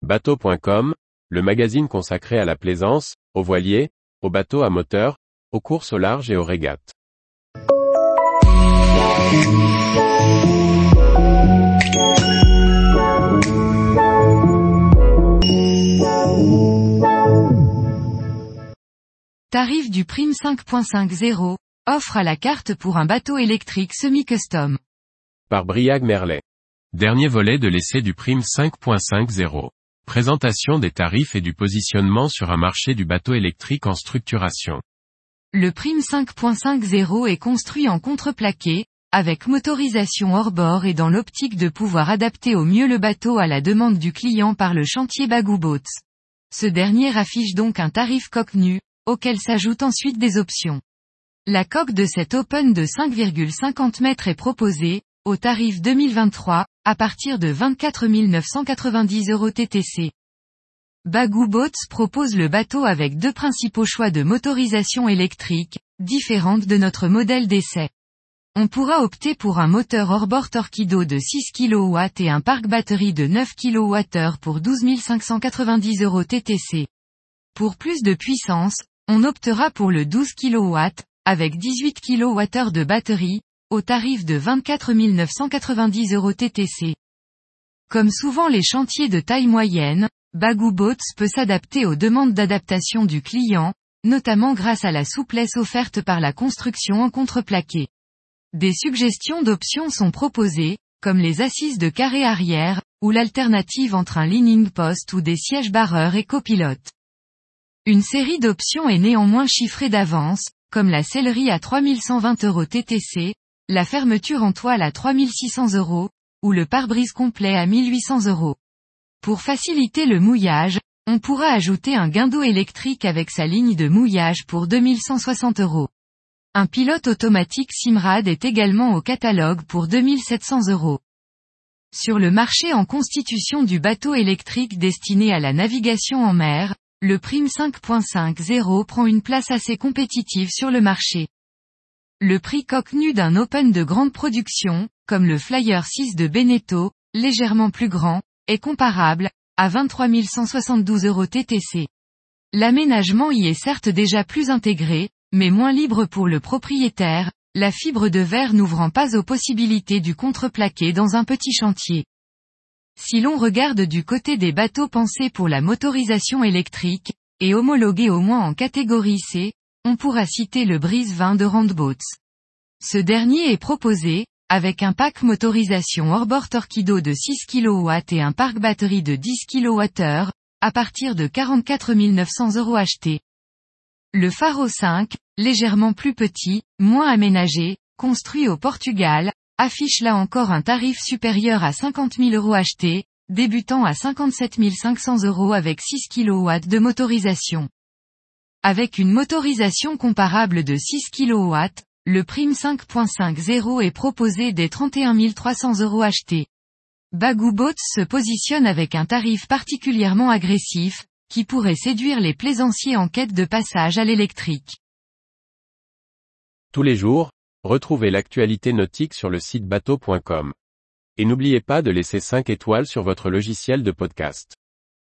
Bateau.com, le magazine consacré à la plaisance, aux voiliers, aux bateaux à moteur, aux courses au large et aux régates. Tarif du Prime 5.50, offre à la carte pour un bateau électrique semi-custom. Par Briag Merlet. Dernier volet de l'essai du Prime 5.50. Présentation des tarifs et du positionnement sur un marché du bateau électrique en structuration. Le Prime 5.50 est construit en contreplaqué, avec motorisation hors bord et dans l'optique de pouvoir adapter au mieux le bateau à la demande du client par le chantier Bagou Boats. Ce dernier affiche donc un tarif coque nue, auquel s'ajoutent ensuite des options. La coque de cet Open de 5,50 m est proposée, au tarif 2023, à partir de 24 990 € TTC. Bagou Boats propose le bateau avec deux principaux choix de motorisation électrique, différentes de notre modèle d'essai. On pourra opter pour un moteur hors-bord Torqeedo de 6 kW et un parc batterie de 9 kWh pour 12 590 € TTC. Pour plus de puissance, on optera pour le 12 kW, avec 18 kWh de batterie, au tarif de 24 990 € TTC. Comme souvent les chantiers de taille moyenne, Bagou Boats peut s'adapter aux demandes d'adaptation du client, notamment grâce à la souplesse offerte par la construction en contreplaqué. Des suggestions d'options sont proposées, comme les assises de carré arrière, ou l'alternative entre un leaning post ou des sièges barreurs et copilote. Une série d'options est néanmoins chiffrée d'avance, comme la sellerie à 3120 € TTC, la fermeture en toile à 3600 €, ou le pare-brise complet à 1800 €. Pour faciliter le mouillage, on pourra ajouter un guindeau électrique avec sa ligne de mouillage pour 2160 €. Un pilote automatique Simrad est également au catalogue pour 2700 €. Sur le marché en constitution du bateau électrique destiné à la navigation en mer, le Prime 5.50 prend une place assez compétitive sur le marché. Le prix coque nue d'un Open de grande production, comme le Flyer 6 de Beneteau, légèrement plus grand, est comparable, à 23 172 € TTC. L'aménagement y est certes déjà plus intégré, mais moins libre pour le propriétaire, la fibre de verre n'ouvrant pas aux possibilités du contreplaqué dans un petit chantier. Si l'on regarde du côté des bateaux pensés pour la motorisation électrique, et homologués au moins en catégorie C, on pourra citer le Breeze 20 de Randboats. Ce dernier est proposé, avec un pack motorisation hors-bord Torqeedo de 6 kW et un parc batterie de 10 kWh, à partir de 44 900 € achetés. Le Faro 5, légèrement plus petit, moins aménagé, construit au Portugal, affiche là encore un tarif supérieur à 50 000 € achetés, débutant à 57 500 € avec 6 kW de motorisation. Avec une motorisation comparable de 6 kW, le Prime 5.50 est proposé dès 31 300 € achetés. Bagou Boats se positionne avec un tarif particulièrement agressif, qui pourrait séduire les plaisanciers en quête de passage à l'électrique. Tous les jours, retrouvez l'actualité nautique sur le site bateau.com. Et n'oubliez pas de laisser 5 étoiles sur votre logiciel de podcast.